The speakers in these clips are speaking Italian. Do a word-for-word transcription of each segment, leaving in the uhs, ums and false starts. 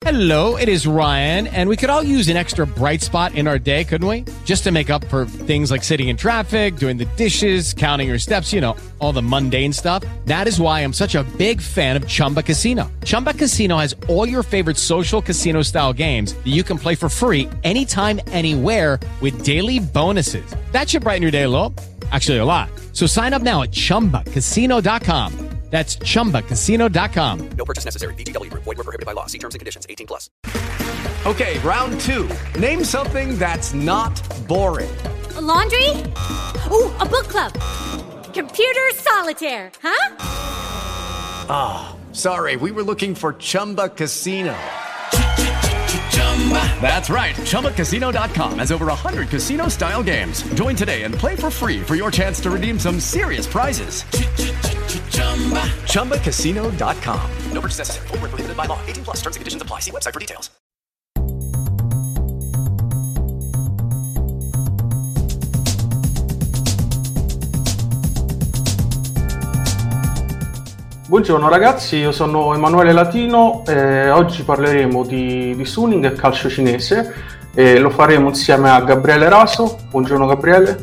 Hello, it is Ryan, and we could all use an extra bright spot in our day, couldn't we? Just to make up for things like sitting in traffic, doing the dishes, counting your steps, you know, all the mundane stuff. That is why I'm such a big fan of Chumba Casino. Chumba Casino has all your favorite social casino-style games that you can play for free anytime, anywhere with daily bonuses. That should brighten your day a little. Actually, a lot. So sign up now at chumba casino dot com. That's chumba casino dot com. No purchase necessary. V G W Group. Void where prohibited by law. See terms and conditions. eighteen plus. Okay, round two. Name something that's not boring. A laundry? Ooh, a book club. Computer solitaire, huh? Ah, oh, sorry. We were looking for Chumba Casino. That's right. chumba casino dot com has over one hundred casino-style games. Join today and play for free for your chance to redeem some serious prizes. chumba casino dot com. No purchase necessary. Void where prohibited by law. eighteen plus. Terms and conditions apply. See website for details. Buongiorno ragazzi, io sono Emanuele Latino e oggi parleremo di, di Suning e calcio cinese e lo faremo insieme a Gabriele Raso. Buongiorno Gabriele.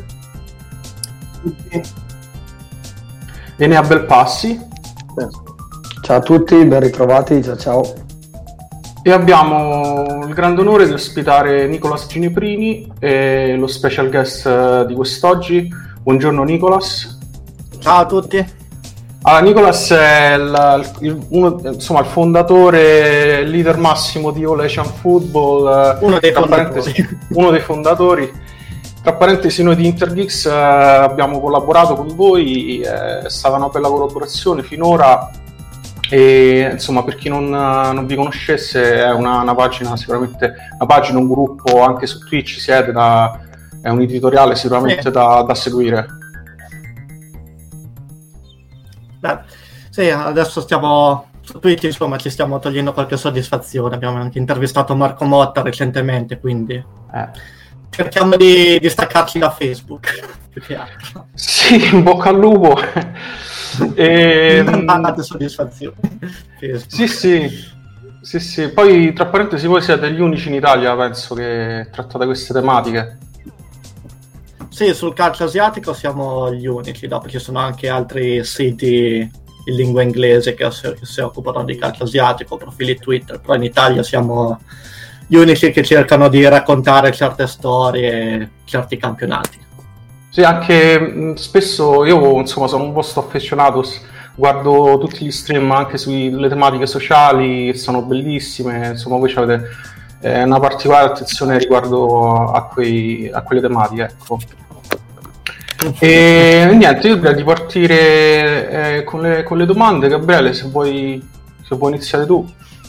E ne ha Belpassi. Ciao a tutti, ben ritrovati, ciao ciao. E abbiamo il grande onore di ospitare Nicolas Gineprini, e lo special guest di quest'oggi. Buongiorno Nicolas. Ciao a tutti. Allora, Nicolas è il, il, uno, insomma, il fondatore, il leader massimo di All Asian Football, uno dei fondatori. Uno dei fondatori. Tra parentesi, noi di Intergeeks eh, abbiamo collaborato con voi, eh, è stata una bella collaborazione finora e insomma, per chi non, non vi conoscesse, è una, una pagina sicuramente, una pagina, un gruppo anche su Twitch, siete da, è un editoriale sicuramente eh. da, da seguire. Beh, sì, adesso stiamo su Twitch, insomma, ci stiamo togliendo qualche soddisfazione. Abbiamo anche intervistato Marco Motta recentemente, quindi eh. cerchiamo di, di staccarci da Facebook più che altro. Sì, in bocca al lupo. e... Non date soddisfazione. Sì, sì, sì, sì. Poi tra parentesi, voi siete gli unici in Italia, penso, che trattate queste tematiche. Sì, sul calcio asiatico siamo gli unici, dopo ci sono anche altri siti in lingua inglese che si, che si occupano di calcio asiatico, profili Twitter, però in Italia siamo gli unici che cercano di raccontare certe storie, certi campionati. Sì, anche mh, spesso io insomma sono un po' sto affezionato, guardo tutti gli stream anche sulle tematiche sociali, sono bellissime, insomma voi avete eh, una particolare attenzione riguardo a, quei, a quelle tematiche, ecco. E niente, io direi di partire eh, con, le, con le domande. Gabriele, se vuoi, se vuoi iniziare tu.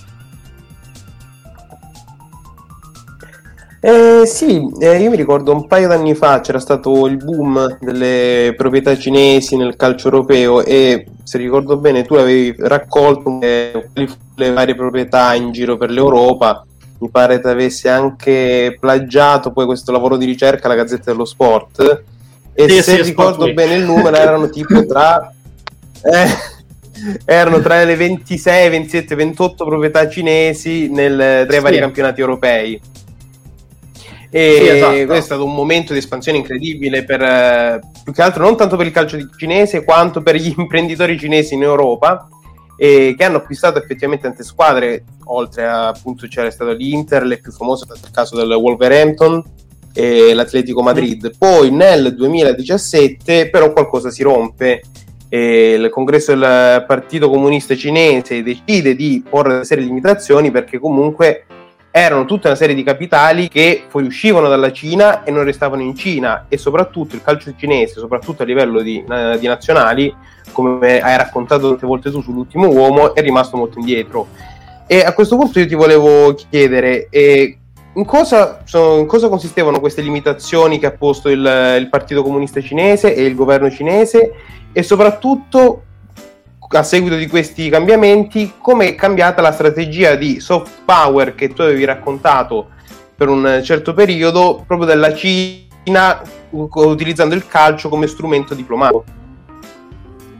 Eh, sì, eh, io mi ricordo un paio d'anni fa c'era stato il boom delle proprietà cinesi nel calcio europeo e se ricordo bene tu avevi raccolto eh, le varie proprietà in giro per l'Europa. Mi pare che avessi anche plagiato poi questo lavoro di ricerca alla Gazzetta dello Sport. E sì, se sì, ricordo sport bene il numero erano tipo tra eh, erano tra le ventisei, ventisette, ventotto proprietà cinesi nel, tra i vari sì. campionati europei e sì, esatto. Questo è stato un momento di espansione incredibile per eh, più che altro non tanto per il calcio cinese quanto per gli imprenditori cinesi in Europa e che hanno acquistato effettivamente tante squadre, oltre a appunto c'era stato l'Inter, le più famose è stato il caso del Wolverhampton e l'Atletico Madrid. Poi nel duemiladiciassette però qualcosa si rompe e il congresso del Partito Comunista Cinese decide di porre una serie di limitazioni perché comunque erano tutta una serie di capitali che fuoriuscivano dalla Cina e non restavano in Cina e soprattutto il calcio cinese, soprattutto a livello di, di nazionali, come hai raccontato tante volte tu sull'Ultimo Uomo, è rimasto molto indietro. E a questo punto io ti volevo chiedere eh, In cosa, in cosa consistevano queste limitazioni che ha posto il, il Partito Comunista Cinese e il governo cinese e soprattutto a seguito di questi cambiamenti come è cambiata la strategia di soft power che tu avevi raccontato per un certo periodo proprio della Cina utilizzando il calcio come strumento diplomatico?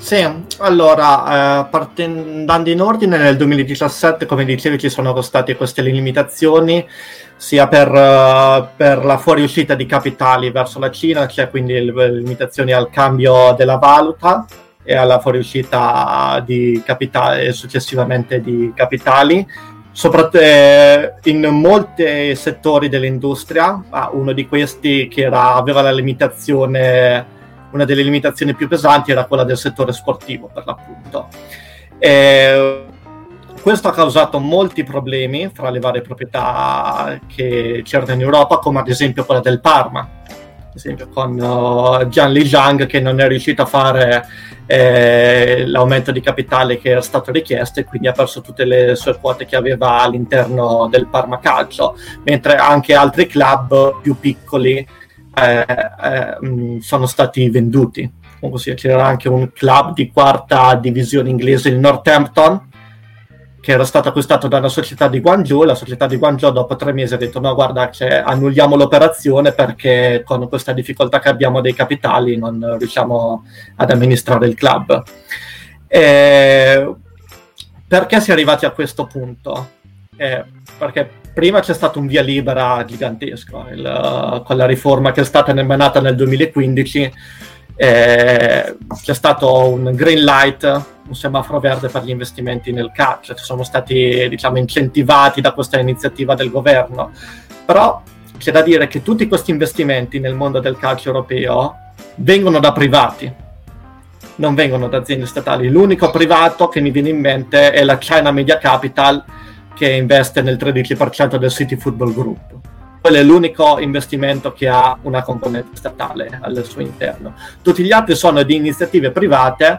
Sì, allora, eh, partendo, andando in ordine, nel duemiladiciassette, come dicevi, ci sono state queste limitazioni, sia per, uh, per la fuoriuscita di capitali verso la Cina, cioè quindi le limitazioni al cambio della valuta e alla fuoriuscita di capitali e successivamente di capitali, soprattutto eh, in molti settori dell'industria. Ah, uno di questi che era, aveva la limitazione, una delle limitazioni più pesanti era quella del settore sportivo, per l'appunto. E questo ha causato molti problemi fra le varie proprietà che c'erano in Europa, come ad esempio quella del Parma, ad esempio con uh, Jianli Zhang, che non è riuscito a fare eh, l'aumento di capitale che era stato richiesto, e quindi ha perso tutte le sue quote che aveva all'interno del Parma Calcio, mentre anche altri club più piccoli Eh, eh, mh, sono stati venduti. Comunque c'era anche un club di quarta divisione inglese, il Northampton, che era stato acquistato da una società di Guangzhou. La società di Guangzhou dopo tre mesi ha detto no, guarda, cioè, annulliamo l'operazione perché con questa difficoltà che abbiamo dei capitali non riusciamo ad amministrare il club. Eh, perché si è arrivati a questo punto? Eh, perché prima c'è stato un via libera gigantesco, il, con la riforma che è stata emanata nel duemilaquindici, eh, c'è stato un green light, un semaforo verde per gli investimenti nel calcio, che sono stati, diciamo, incentivati da questa iniziativa del governo. Però c'è da dire che tutti questi investimenti nel mondo del calcio europeo vengono da privati, non vengono da aziende statali. L'unico privato che mi viene in mente è la China Media Capital, che investe nel tredici per cento del City Football Group. Quello è l'unico investimento che ha una componente statale al suo interno. Tutti gli altri sono di iniziative private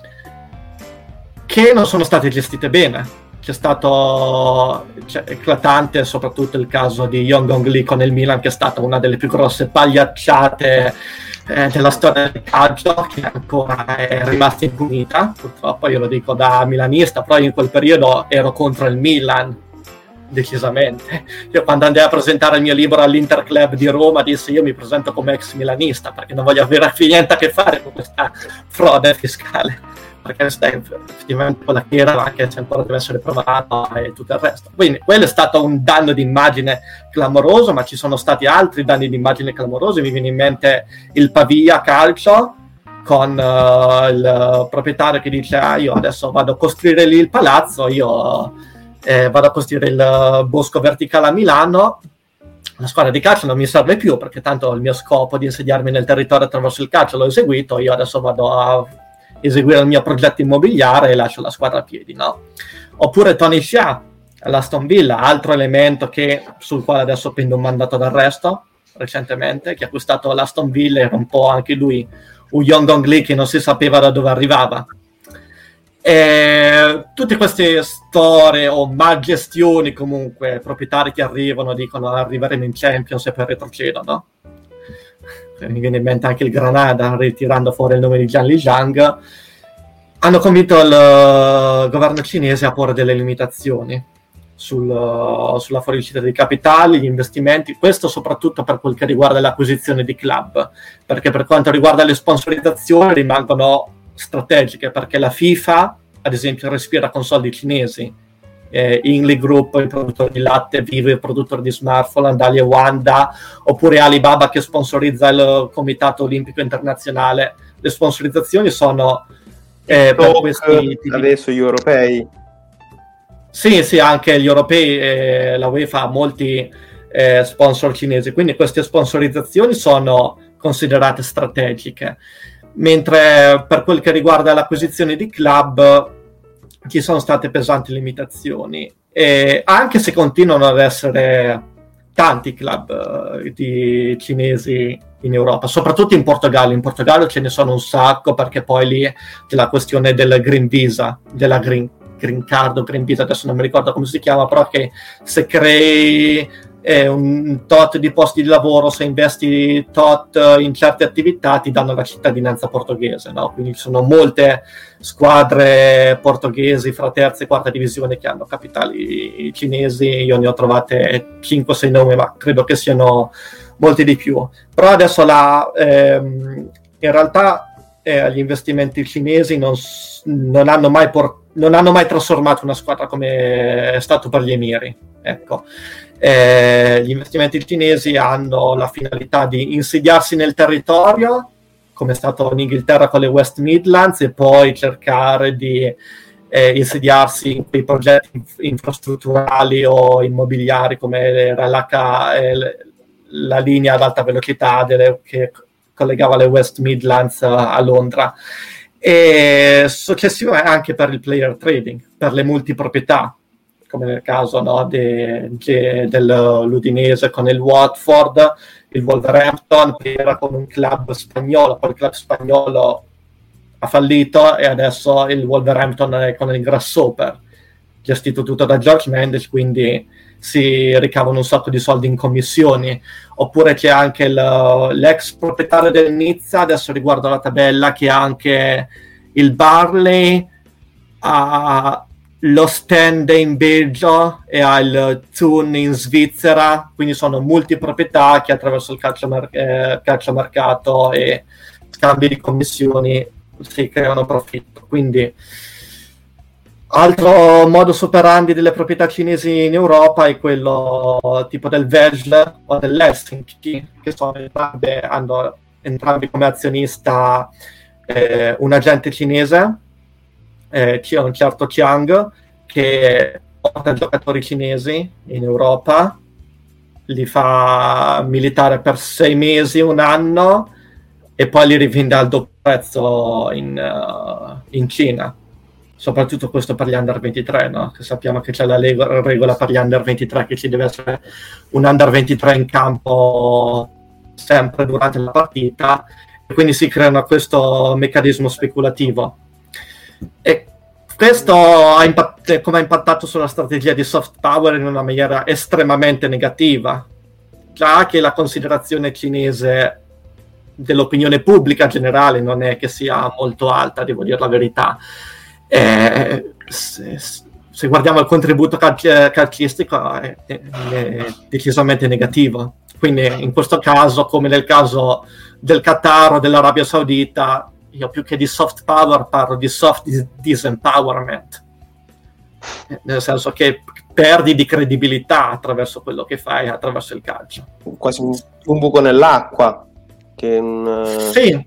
che non sono state gestite bene. C'è stato cioè, eclatante soprattutto il caso di Yong Hong Lee con il Milan, che è stata una delle più grosse pagliacciate eh, della storia del calcio, che ancora è rimasta impunita. Purtroppo, io lo dico da milanista, però io in quel periodo ero contro il Milan, decisamente. Io quando andai a presentare il mio libro all'Interclub di Roma dissi io mi presento come ex milanista perché non voglio avere niente a che fare con questa frode fiscale, perché effettivamente quella che era, anche se ancora deve essere provata e tutto il resto. Quindi quello è stato un danno di immagine clamoroso, ma ci sono stati altri danni di immagine clamorosi. Mi viene in mente il Pavia Calcio, con uh, il proprietario che dice ah, io adesso vado a costruire lì il palazzo, io eh, vado a costruire il bosco verticale a Milano, la squadra di calcio non mi serve più perché tanto il mio scopo di insediarmi nel territorio attraverso il calcio l'ho eseguito, io adesso vado a eseguire il mio progetto immobiliare e lascio la squadra a piedi, no? Oppure Tony Xia all'Aston Villa, altro elemento che, sul quale adesso pende un mandato d'arresto recentemente, che ha acquistato l'Aston Villa, era un po' anche lui un Yong Hong Lee che non si sapeva da dove arrivava. E tutte queste storie o malgestioni, comunque proprietari che arrivano dicono arriveremo in Champions e poi retrocedono. Mi viene in mente anche il Granada, ritirando fuori il nome di Jianli Zhang, hanno convinto il governo cinese a porre delle limitazioni sul, sulla fuoriuscita dei capitali, gli investimenti, questo soprattutto per quel che riguarda l'acquisizione di club, perché per quanto riguarda le sponsorizzazioni rimangono strategiche, perché la FIFA ad esempio respira con soldi cinesi, eh, Ingli Group, il produttore di latte, Vivo, il produttore di smartphone, Andalia Wanda, oppure Alibaba che sponsorizza il Comitato Olimpico Internazionale. Le sponsorizzazioni sono eh, per questi tipi. Adesso gli europei. Sì, sì, anche gli europei, eh, la UEFA ha molti eh, sponsor cinesi, quindi queste sponsorizzazioni sono considerate strategiche. Mentre per quel che riguarda l'acquisizione di club ci sono state pesanti limitazioni, e anche se continuano ad essere tanti club uh, di cinesi in Europa, soprattutto in Portogallo. In Portogallo ce ne sono un sacco, perché poi lì c'è la questione del green visa, della green, green card o green visa, adesso non mi ricordo come si chiama, però che se crei eh, un tot di posti di lavoro, se investi tot in certe attività ti danno la cittadinanza portoghese, no? Quindi ci sono molte squadre portoghesi fra terza e quarta divisione che hanno capitali cinesi. Io ne ho trovate cinque sei nomi, ma credo che siano molti di più. Però adesso la, ehm, in realtà eh, gli investimenti cinesi non, non, hanno mai por- non hanno mai trasformato una squadra come è stato per gli Emiri. Ecco. Eh, gli investimenti cinesi hanno la finalità di insediarsi nel territorio, come è stato in Inghilterra con le West Midlands, e poi cercare di eh, insediarsi in quei progetti inf- infrastrutturali o immobiliari come era l'H, eh, la linea ad alta velocità delle, che collegava le West Midlands a, a Londra, e successivamente anche per il player trading, per le multiproprietà, come nel caso, no, de, de, dell'Udinese con il Watford, il Wolverhampton era con un club spagnolo, poi il club spagnolo ha fallito e adesso il Wolverhampton è con il Grasshopper, gestito tutto da George Mendes, quindi si ricavano un sacco di soldi in commissioni. Oppure c'è anche il, l'ex proprietario del Nizza, adesso riguardo la tabella, che ha anche il Barley, ha lo Stende in Belgio e ha il Thun in Svizzera, quindi sono multiproprietà che attraverso il calciomer- eh, calciomercato e scambi di commissioni si creano profitto. Quindi altro modus operandi delle proprietà cinesi in Europa è quello tipo del Vejle o dell'Helsinki, che sono entrambe, hanno entrambi come azionista eh, un agente cinese, eh, c'è un certo Chiang, che porta giocatori cinesi in Europa, li fa militare per sei mesi, un anno, e poi li rivende al doppio prezzo in, uh, in Cina. Soprattutto questo per gli under ventitré, no? Che sappiamo che c'è la leg- regola per gli under ventitré, che ci deve essere un under ventitré in campo sempre durante la partita, e quindi si creano questo meccanismo speculativo. E questo ha impatt- come ha impattato sulla strategia di soft power in una maniera estremamente negativa. Già che la considerazione cinese dell'opinione pubblica generale non è che sia molto alta, devo dire la verità. Eh, se, se guardiamo il contributo calci- calcistico è, è, è decisamente negativo. Quindi in questo caso, come nel caso del Qatar o dell'Arabia Saudita, io più che di soft power parlo di soft dis- disempowerment, nel senso che perdi di credibilità attraverso quello che fai, attraverso il calcio. Quasi un, un buco nell'acqua. Che un... Sì,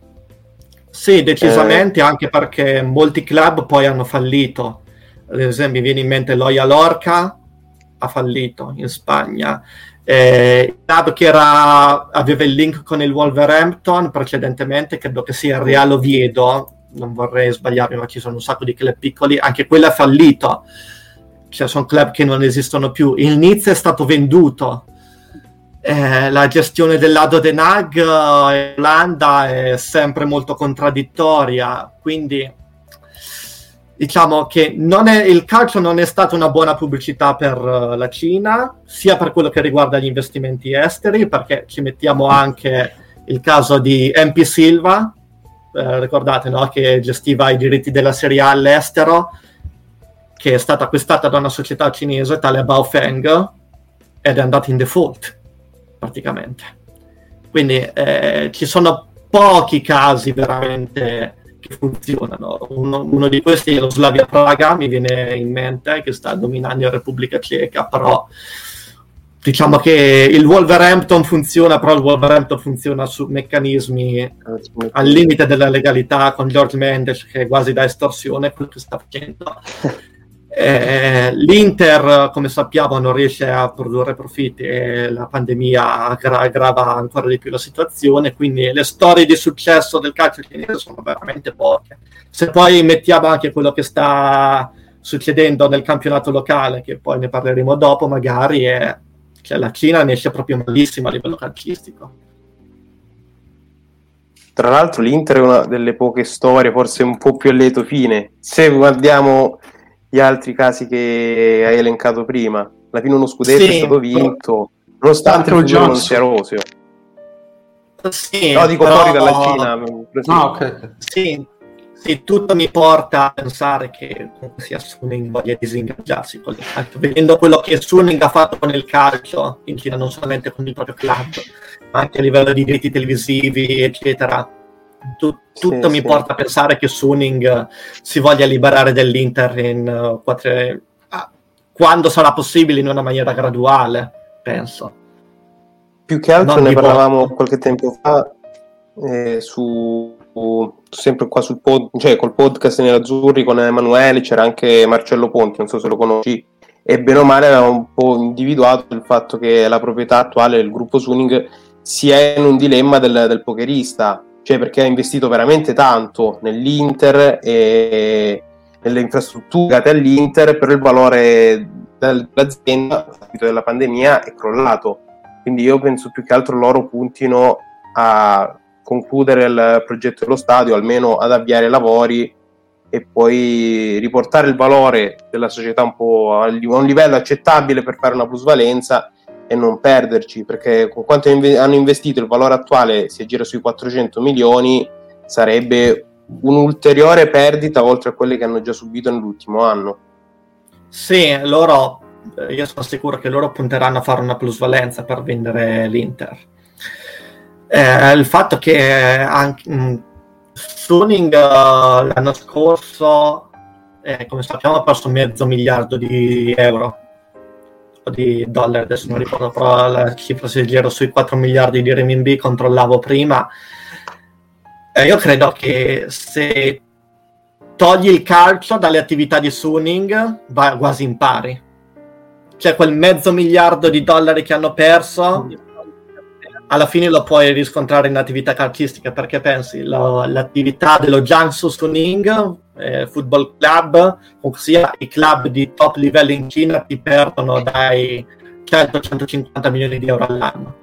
sì, decisamente, eh... anche perché molti club poi hanno fallito. Ad esempio mi viene in mente l'Oia Lorca, ha fallito in Spagna. Eh, il club che era, aveva il link con il Wolverhampton precedentemente, credo che sia il Real Oviedo, non vorrei sbagliarmi, ma ci sono un sacco di club piccoli, anche quello è fallito, cioè sono club che non esistono più. Il Nizza è stato venduto, eh, la gestione dell'Ado Den Haag in Olanda è sempre molto contraddittoria, quindi diciamo che non è, il calcio non è stata una buona pubblicità per uh, la Cina, sia per quello che riguarda gli investimenti esteri, perché ci mettiamo anche il caso di M P Silva, eh, ricordate, no? Che gestiva i diritti della Serie A all'estero, che è stata acquistata da una società cinese, tale Baofeng, ed è andata in default, praticamente. Quindi eh, ci sono pochi casi veramente che funzionano. Uno, uno di questi è lo Slavia Praga, mi viene in mente, che sta dominando la Repubblica Ceca, però diciamo che il Wolverhampton funziona, però il Wolverhampton funziona su meccanismi al limite della legalità, con George Mendes che quasi da estorsione quello che sta facendo. Eh, L'Inter, come sappiamo, non riesce a produrre profitti e la pandemia aggra- aggrava ancora di più la situazione, quindi le storie di successo del calcio cinese sono veramente poche. Se poi mettiamo anche quello che sta succedendo nel campionato locale, che poi ne parleremo dopo magari, è che la Cina ne esce proprio malissimo a livello calcistico. Tra l'altro l'Inter è una delle poche storie forse un po' più a lieto fine, se guardiamo gli altri casi che hai elencato prima. Alla fine uno scudetto sì, è stato vinto, nonostante il futuro non sia roseo. Sì, no, dico però... fuori dalla Cina. Ah, ok. Sì, sì, tutto mi porta a pensare che sia Suning voglia disingaggiarsi con il calcio. Vedendo quello che Suning ha fatto con il calcio in Cina, non solamente con il proprio club, ma anche a livello di diritti televisivi, eccetera. Tu, tutto Sì, mi sì. porta a pensare che Suning si voglia liberare dell'Inter in uh, quattro, ah, quando sarà possibile, in una maniera graduale, penso. Più che altro Non ne di parlavamo botto. qualche tempo fa eh, su sempre qua sul pod, cioè col podcast Nerazzurri con Emanuele, c'era anche Marcello Ponti, non so se lo conosci, e bene o male aveva un po' individuato il fatto che la proprietà attuale del gruppo Suning sia in un dilemma del, del pokerista, cioè perché ha investito veramente tanto nell'Inter e nelle infrastrutture legate all'Inter, però il valore dell'azienda a seguito della pandemia è crollato. Quindi io penso più che altro loro puntino a concludere il progetto dello stadio, almeno ad avviare i lavori e poi riportare il valore della società un po' a un livello accettabile per fare una plusvalenza e non perderci, perché con quanto hanno investito il valore attuale si aggira sui quattrocento milioni, sarebbe un'ulteriore perdita oltre a quelle che hanno già subito nell'ultimo anno. Sì, loro, io sono sicuro che loro punteranno a fare una plusvalenza per vendere l'Inter. Eh, il fatto che anche mh, Suning uh, l'anno scorso, eh, come sappiamo, ha perso mezzo miliardo di euro o di dollari, adesso non ricordo, però la cifra si gira sui quattro miliardi di renminbi, controllavo prima. Eh, io credo che se togli il calcio dalle attività di Suning va quasi in pari. Cioè quel mezzo miliardo di dollari che hanno perso alla fine lo puoi riscontrare in attività calcistica, perché pensi lo, l'attività dello Jiangsu Suning eh, Football Club, ossia i club di top livello in Cina, ti perdono dai cento centocinquanta milioni di euro all'anno.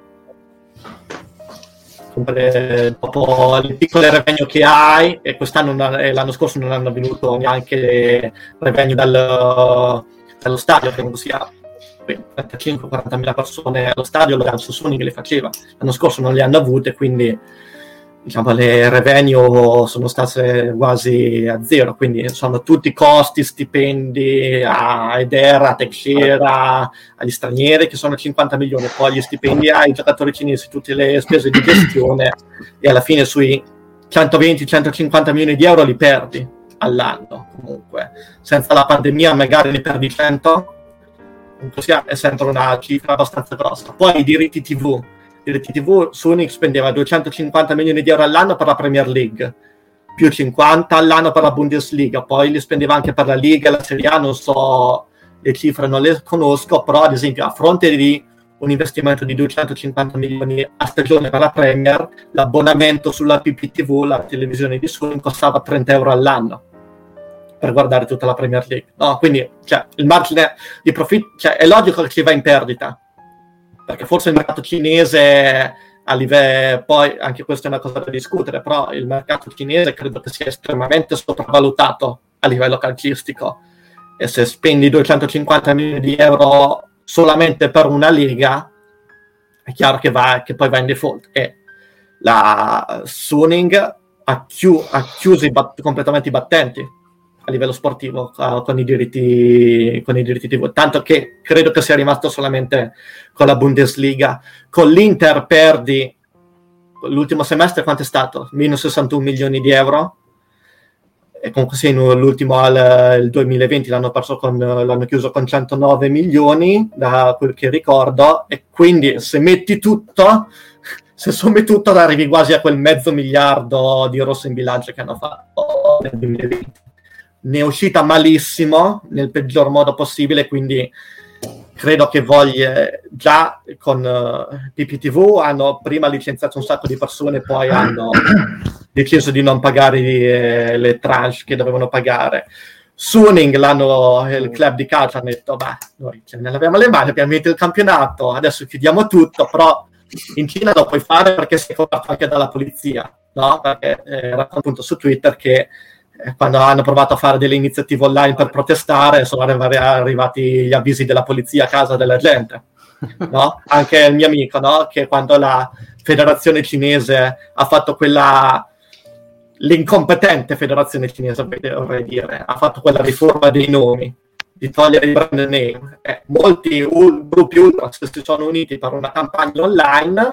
Comunque, dopo le piccole revenue che hai, e quest'anno non, e l'anno scorso non hanno venuto neanche revenue dal, dallo stadio, che non sia trentacinque quaranta mila persone allo stadio, lo Jiangsu Suning le faceva, l'anno scorso non le hanno avute, quindi diciamo le revenue sono state quasi a zero, quindi sono tutti costi, stipendi a Eder, a Teixeira, agli stranieri che sono cinquanta milioni, poi gli stipendi ai giocatori cinesi, tutte le spese di gestione, e alla fine sui centoventi centocinquanta milioni di euro li perdi all'anno. Comunque senza la pandemia magari ne perdi cento, comunque sia, è sempre una cifra abbastanza grossa. Poi i diritti tivù, i diritti tivù, Suning spendeva duecentocinquanta milioni di euro all'anno per la Premier League, più cinquanta all'anno per la Bundesliga, poi li spendeva anche per la Liga e la Serie A, non so, le cifre non le conosco, però ad esempio a fronte di un investimento di duecentocinquanta milioni a stagione per la Premier, l'abbonamento sulla P P T V, la televisione di Suning, costava trenta euro all'anno per guardare tutta la Premier League. No, quindi cioè, il margine di profitto, cioè, è logico che ci va in perdita, perché forse il mercato cinese a livello, poi anche questa è una cosa da discutere, però il mercato cinese credo che sia estremamente sopravvalutato a livello calcistico, e se spendi duecentocinquanta milioni di euro solamente per una liga è chiaro che, va, che poi va in default, e la Suning ha, chiu- ha chiuso i bat- completamente i battenti a livello sportivo uh, con i diritti con i diritti tivù, tanto che credo che sia rimasto solamente con la Bundesliga. Con l'Inter perdi l'ultimo semestre, quanto è stato? Minus sessantuno milioni di euro, e comunque sì, l'ultimo al il duemilaventi l'hanno perso con l'hanno chiuso con centonove milioni da quel che ricordo, e quindi se metti tutto se sommi tutto arrivi quasi a quel mezzo miliardo di rosso in bilancio che hanno fatto nel duemilaventi. Ne è uscita malissimo, nel peggior modo possibile, quindi credo che voglia già con uh, P P T V hanno prima licenziato un sacco di persone, poi hanno deciso di non pagare eh, le tranche che dovevano pagare. Suning, l'hanno, il club di calcio, hanno detto beh, noi ce ne abbiamo le mani, abbiamo vinto il campionato, adesso chiudiamo tutto, però in Cina lo puoi fare perché sei coperto anche dalla polizia, no? Perché eh, racconto appunto su Twitter che quando hanno provato a fare delle iniziative online per protestare sono arrivati gli avvisi della polizia a casa della gente, no? Anche il mio amico, no? Che quando la federazione cinese ha fatto quella l'incompetente federazione cinese, vorrei dire, ha fatto quella riforma dei nomi, di togliere i brand name, eh, molti u- gruppi ultra si sono uniti per una campagna online,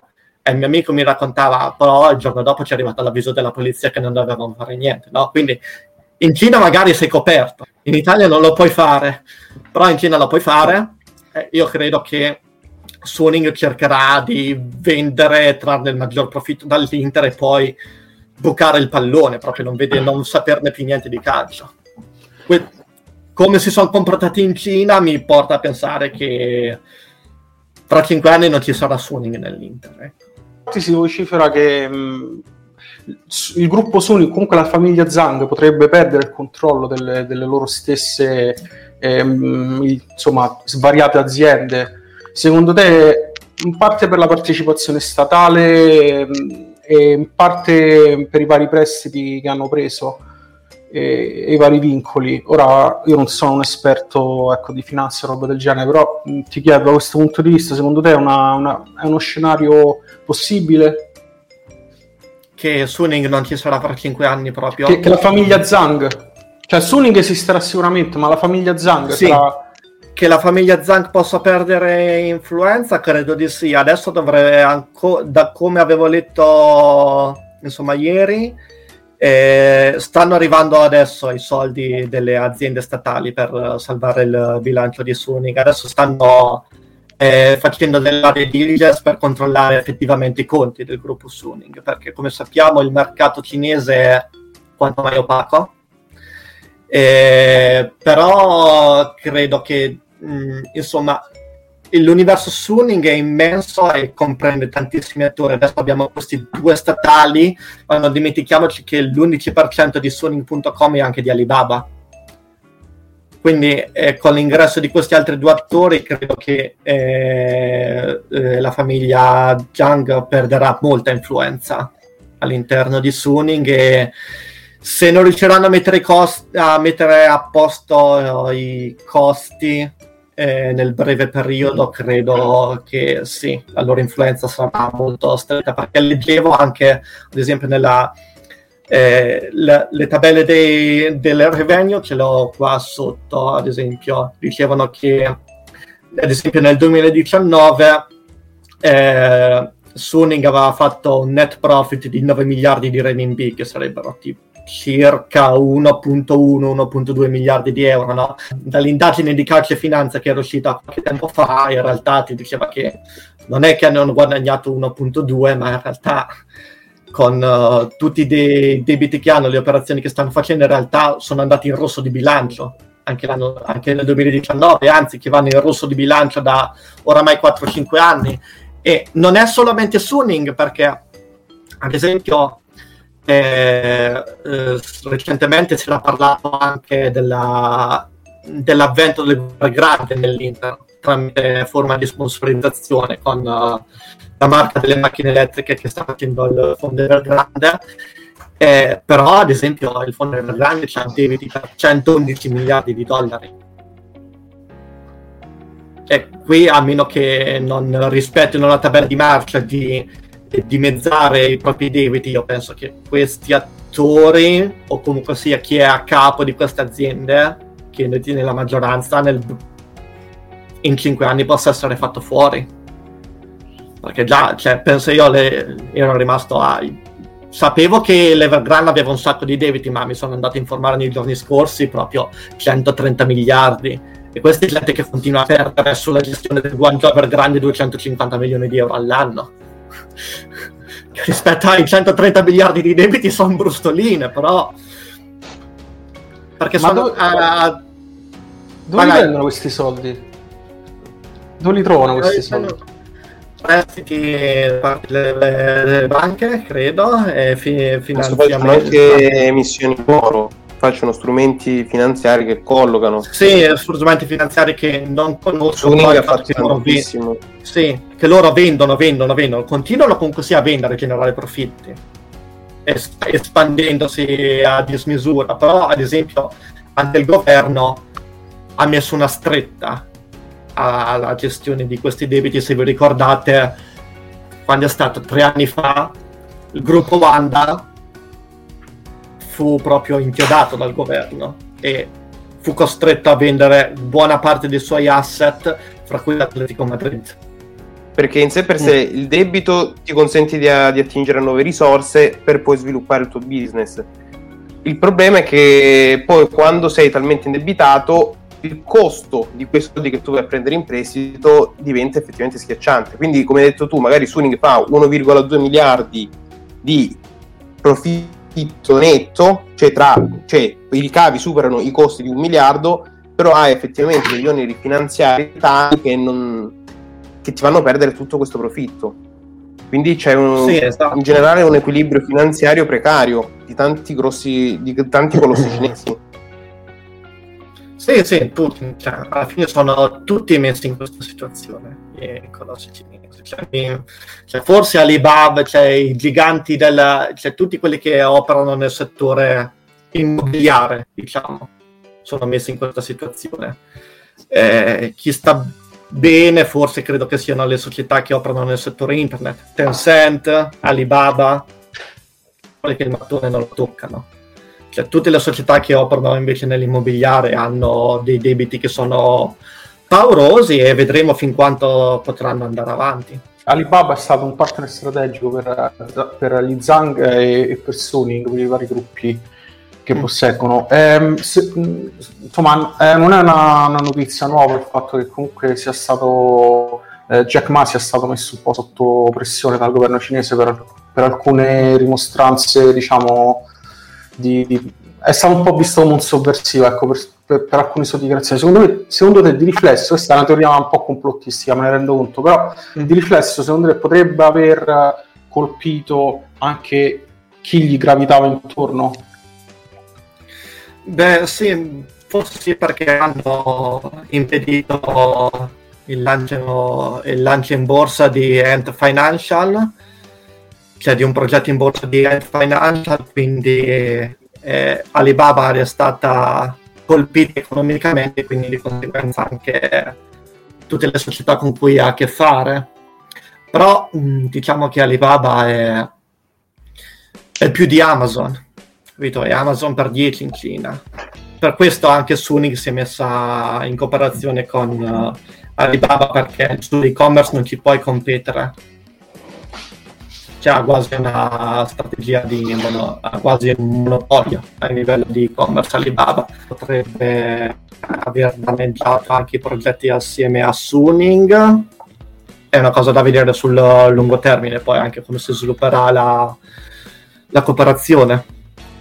e il mio amico mi raccontava, però il giorno dopo ci è arrivato l'avviso della polizia che non dovevamo fare niente, no? Quindi in Cina magari sei coperto, in Italia non lo puoi fare, però in Cina lo puoi fare. Eh, io credo che Suning cercherà di vendere, trarre il maggior profitto dall'Inter e poi bucare il pallone, proprio non vede, non saperne più niente di calcio. Que- come si sono comportati in Cina mi porta a pensare che tra cinque anni non ci sarà Suning nell'Inter. Ecco. Si vocifera che mh, il gruppo Suning, comunque la famiglia Zhang, potrebbe perdere il controllo delle, delle loro stesse ehm, insomma svariate aziende. Secondo te, in parte per la partecipazione statale mh, e in parte per i vari prestiti che hanno preso e, e i vari vincoli? Ora, io non sono un esperto, ecco, di finanza e roba del genere, però mh, ti chiedo, da questo punto di vista, secondo te è, una, una, è uno scenario possibile? Che Suning non ci sarà fra cinque anni proprio? Che, che la famiglia Zhang, cioè Suning esisterà sicuramente, ma la famiglia Zhang sì. sarà... Che la famiglia Zhang possa perdere influenza, credo di sì. Adesso dovrei, anco, da come avevo letto insomma ieri, eh, stanno arrivando adesso i soldi delle aziende statali per salvare il bilancio di Suning. Adesso stanno eh, facendo delle diligence per controllare effettivamente i conti del gruppo Suning, perché come sappiamo il mercato cinese è quanto mai opaco. Eh, però credo che mh, insomma l'universo Suning è immenso e comprende tantissimi attori. Adesso abbiamo questi due statali, ma non dimentichiamoci che l'undici per cento di Suning punto com è anche di Alibaba, quindi eh, con l'ingresso di questi altri due attori credo che eh, eh, la famiglia Zhang perderà molta influenza all'interno di Suning e se non riusciranno a mettere, i costi, a, mettere a posto i costi eh, nel breve periodo, credo che sì, la loro influenza sarà molto stretta, perché leggevo anche, ad esempio, nella eh, le, le tabelle dei, del revenue, ce l'ho qua sotto, ad esempio, dicevano che, ad esempio, nel duemiladiciannove eh, Suning aveva fatto un net profit di nove miliardi di renminbi, che sarebbero tipo circa uno virgola uno uno virgola due miliardi di euro, no? Dall'indagine di Calcio e Finanza che era uscita qualche tempo fa, in realtà ti diceva che non è che hanno guadagnato uno virgola due, ma in realtà con uh, tutti i de- debiti che hanno, le operazioni che stanno facendo, in realtà sono andati in rosso di bilancio anche, l'anno, anche nel duemiladiciannove, anzi che vanno in rosso di bilancio da oramai quattro cinque anni. E non è solamente Suning, perché ad esempio Eh, eh, recentemente si era parlato anche della, dell'avvento dell'Evergrande nell'Inter tramite forma di sponsorizzazione con uh, la marca delle macchine elettriche che sta facendo il fondo Evergrande, eh, però ad esempio il fondo Evergrande c'ha debiti per centoundici miliardi di dollari e qui, a meno che non rispettino la tabella di marcia di dimezzare i propri debiti, io penso che questi attori, o comunque sia chi è a capo di queste aziende, che ne tiene la maggioranza, nel, in cinque anni possa essere fatto fuori, perché già, cioè, penso io le, ero rimasto a sapevo che l'Evergrande aveva un sacco di debiti, ma mi sono andato a informare nei giorni scorsi, proprio centotrenta miliardi, e questa è gente che continua a perdere sulla gestione del Guangzhou Evergrande duecentocinquanta milioni di euro all'anno, che rispetto ai centotrenta miliardi di debiti sono brustoline, però perché ma sono dove, a... dove li prendono questi soldi? Dove li trovano questi soldi? Prestiti da parte delle, delle banche, credo, e fi- finanziamenti, anche emissioni d'oro, facciano strumenti finanziari che collocano. Sì, strumenti finanziari che non conosco. Suning ha fatto tantissimo. Sì, che loro vendono, vendono, vendono, continuano comunque sia a vendere e generare profitti, es- espandendosi a dismisura, però ad esempio anche il governo ha messo una stretta alla gestione di questi debiti. Se vi ricordate, quando è stato tre anni fa, il gruppo Wanda fu proprio inchiodato dal governo e fu costretto a vendere buona parte dei suoi asset, fra cui l'Atletico Madrid. perché in sé per sé il debito ti consente di, di attingere a nuove risorse per poi sviluppare il tuo business. Il problema è che poi quando sei talmente indebitato il costo di quei soldi che tu vai a prendere in prestito diventa effettivamente schiacciante. Quindi, come hai detto tu, magari Suning fa uno virgola due miliardi di profitto netto, cioè, tra, cioè i ricavi superano i costi di un miliardo, però ha effettivamente degli oneri finanziari tali che, non, che ti fanno perdere tutto questo profitto. Quindi c'è un, sì, esatto. in generale un equilibrio finanziario precario di tanti grossi, di tanti colossi cinesi. Sì, sì, tutti, cioè, alla fine sono tutti messi in questa situazione, i colossi cinesi. Cioè, cioè, forse Alibaba, cioè, i giganti della, cioè, tutti quelli che operano nel settore immobiliare, diciamo, sono messi in questa situazione. Eh, chi sta bene, forse credo che siano le società che operano nel settore internet, Tencent, Alibaba, quelli che il mattone non lo toccano. Cioè, tutte le società che operano invece nell'immobiliare hanno dei debiti che sono paurosi e vedremo fin quanto potranno andare avanti. Alibaba è stato un partner strategico per, per gli Zhang e, e per Suning, per i vari gruppi che mm. posseggono. Eh, se, insomma, eh, non è una, una notizia nuova il fatto che comunque sia stato eh, Jack Ma sia stato messo un po' sotto pressione dal governo cinese per, per alcune rimostranze, diciamo, Di, di, è stato un po' visto come un sovversivo, ecco, per, per, per alcune sue dichiarazioni. Secondo me, secondo te, di riflesso, questa è una teoria un po' complottistica, me ne rendo conto, però mm. di riflesso, secondo te, potrebbe aver colpito anche chi gli gravitava intorno? Beh, sì, forse sì, perché hanno impedito il lancio, il lancio in borsa di Ant Financial, cioè di un progetto in borsa di Ant Financial, quindi eh, Alibaba è stata colpita economicamente, quindi di conseguenza anche tutte le società con cui ha a che fare. Però mh, diciamo che Alibaba è, è più di Amazon, capito? È Amazon per dieci in Cina. Per questo anche Suning si è messa in cooperazione con uh, Alibaba, perché su e-commerce non ci puoi competere. C'è quasi una strategia di mono, quasi un monopolio a livello di e-commerce. Alibaba potrebbe aver danneggiato anche i progetti assieme a Suning. È una cosa da vedere sul lungo termine, poi anche come si svilupperà la, la cooperazione.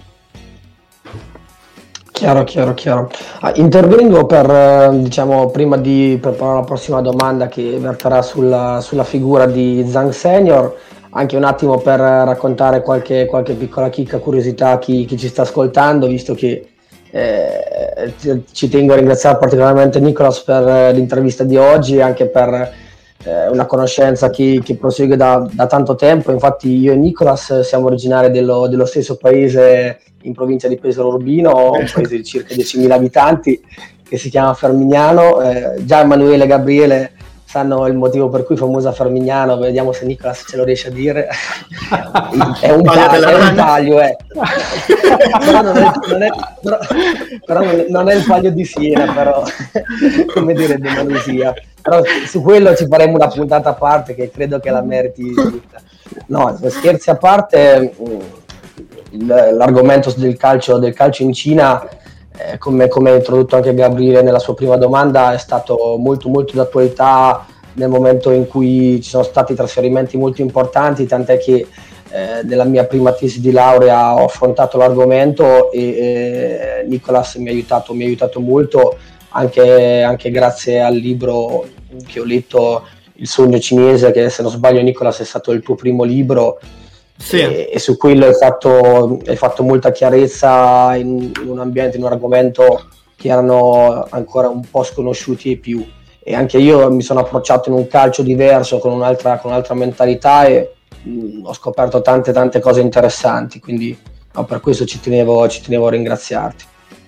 Chiaro, chiaro, chiaro. Ah, intervengo per, diciamo, prima di preparare la prossima domanda che verterà sulla, sulla figura di Zhang Senior, anche un attimo per raccontare qualche, qualche piccola chicca, curiosità a chi, chi ci sta ascoltando, visto che eh, ci tengo a ringraziare particolarmente Nicolas per l'intervista di oggi e anche per eh, una conoscenza che, che prosegue da, da tanto tempo. Infatti io e Nicolas siamo originari dello, dello stesso paese in provincia di Pesaro Urbino, un paese di circa diecimila abitanti che si chiama Fermignano. Eh, già Emanuele e Gabriele sanno il motivo per cui è famosa Fermignano, vediamo se Nicolas ce lo riesce a dire. È un taglio, è un taglio eh. però, non è, non è, però, però non è il taglio di Siena, però come direbbe Manusia. Però su quello ci faremo una puntata a parte che credo che la meriti tutta. No, scherzi a parte, l'argomento del calcio, del calcio in Cina, eh, come, come ha introdotto anche Gabriele nella sua prima domanda, è stato molto molto d'attualità nel momento in cui ci sono stati trasferimenti molto importanti, tant'è che eh, nella mia prima tesi di laurea ho affrontato l'argomento e eh, Nicolas mi ha aiutato, mi ha aiutato molto, anche, anche grazie al libro che ho letto, Il sogno cinese, che se non sbaglio Nicolas è stato il tuo primo libro. Sì. E, e su quello hai fatto, hai fatto molta chiarezza in, in un ambiente, in un argomento che erano ancora un po' sconosciuti ai più, e anche io mi sono approcciato in un calcio diverso, con un'altra, con un'altra mentalità, e mh, ho scoperto tante tante cose interessanti, quindi no, per questo ci tenevo, ci tenevo a ringraziarti.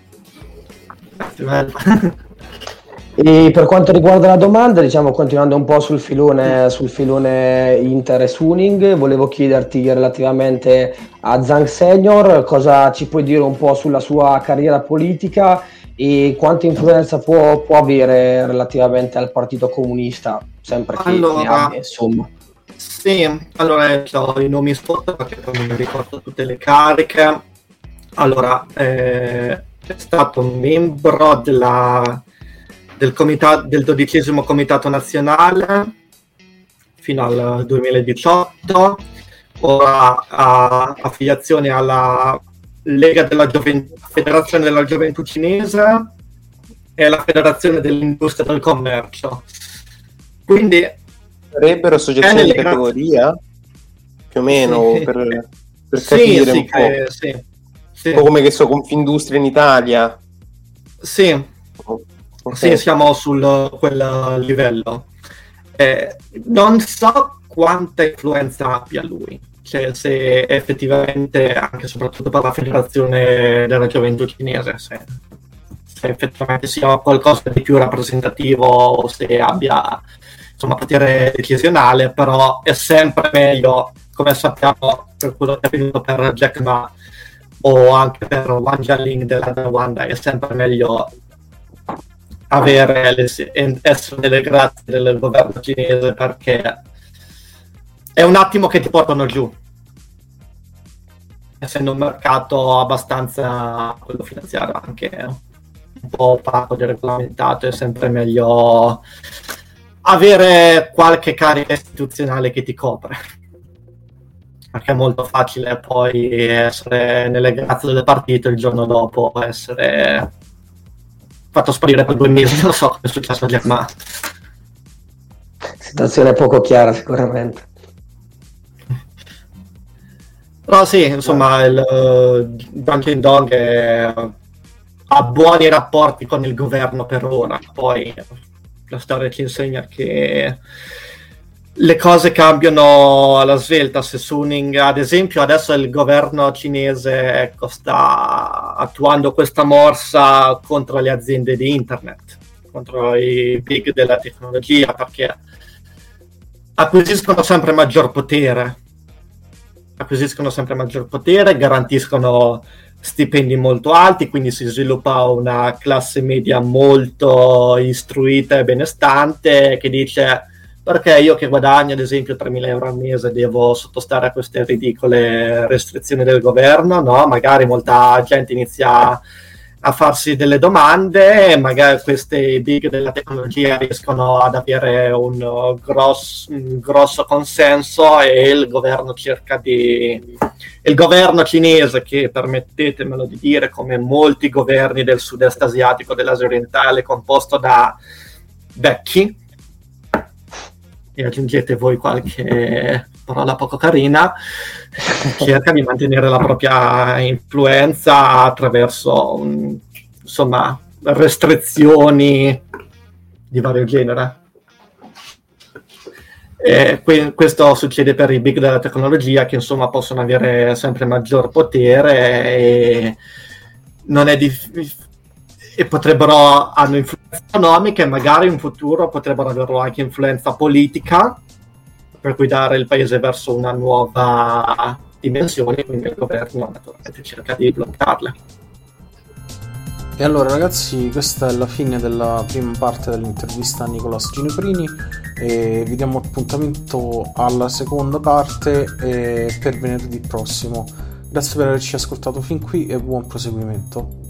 E per quanto riguarda la domanda, diciamo, continuando un po' sul filone, sul filone Inter e Suning, volevo chiederti relativamente a Zhang Senior cosa ci puoi dire un po' sulla sua carriera politica e quanta influenza può, può avere relativamente al Partito Comunista, sempre che allora, ne abbia, insomma. Sì, allora ho i nomi sotto perché poi non mi ricordo tutte le cariche. Allora, eh, è stato un membro della, del, comitato, del dodicesimo Comitato Nazionale fino al duemiladiciotto, ora ha affiliazione alla Lega della Gioventù, Federazione della Gioventù Cinese e la Federazione dell'Industria del Commercio. Quindi sarebbero associazioni di categoria più o meno, sì, per, per capire sì, un po'. Che, sì, sì. Un po' come che so Confindustria in Italia. Sì, oh, okay. Sì, siamo sul quel livello. Eh, non so quanta influenza abbia lui, cioè se effettivamente, anche soprattutto per la Federazione della Gioventù Cinese, se, se effettivamente sia qualcosa di più rappresentativo o se abbia insomma potere decisionale, però è sempre meglio, come sappiamo per quello che è avvenuto per Jack Ma o anche per Wang Jianling della Rwanda, è sempre meglio avere le, essere delle grazie del governo cinese, perché è un attimo che ti portano giù, essendo un mercato abbastanza, quello finanziario, anche un po' opaco, deregolamentato. È sempre meglio avere qualche carica istituzionale che ti copre, perché è molto facile poi essere nelle grazie del partito il giorno dopo essere fatto sparire per due mesi. Non so cosa è successo a Jack Ma. Situazione poco chiara sicuramente. Però sì, insomma, il uh, Dunkin' Dog è, ha buoni rapporti con il governo per ora. Poi la storia ci insegna che le cose cambiano alla svelta. Se Suning, ad esempio, adesso il governo cinese, ecco, sta attuando questa morsa contro le aziende di internet, contro i big della tecnologia, perché acquisiscono sempre maggior potere, acquisiscono sempre maggior potere, garantiscono stipendi molto alti, quindi si sviluppa una classe media molto istruita e benestante che dice: perché io che guadagno ad esempio tremila euro al mese devo sottostare a queste ridicole restrizioni del governo? No, magari molta gente inizia a farsi delle domande, magari queste big della tecnologia riescono ad avere un grosso, un grosso consenso, e il governo cerca di... il governo cinese, che permettetemelo di dire, come molti governi del sud-est asiatico, dell'Asia orientale, composto da vecchi, e aggiungete voi qualche parola poco carina, cerca di mantenere la propria influenza attraverso un, insomma, restrizioni di vario genere. E que- questo succede per i big della tecnologia, che insomma possono avere sempre maggior potere e non è difficile, e potrebbero hanno influenza economica, e magari in futuro potrebbero avere anche influenza politica per guidare il paese verso una nuova dimensione, quindi il governo naturalmente cerca di bloccarle. E allora ragazzi, questa è la fine della prima parte dell'intervista a Nicolas Gineprini, e vi diamo appuntamento alla seconda parte eh, per venerdì prossimo. Grazie per averci ascoltato fin qui e buon proseguimento.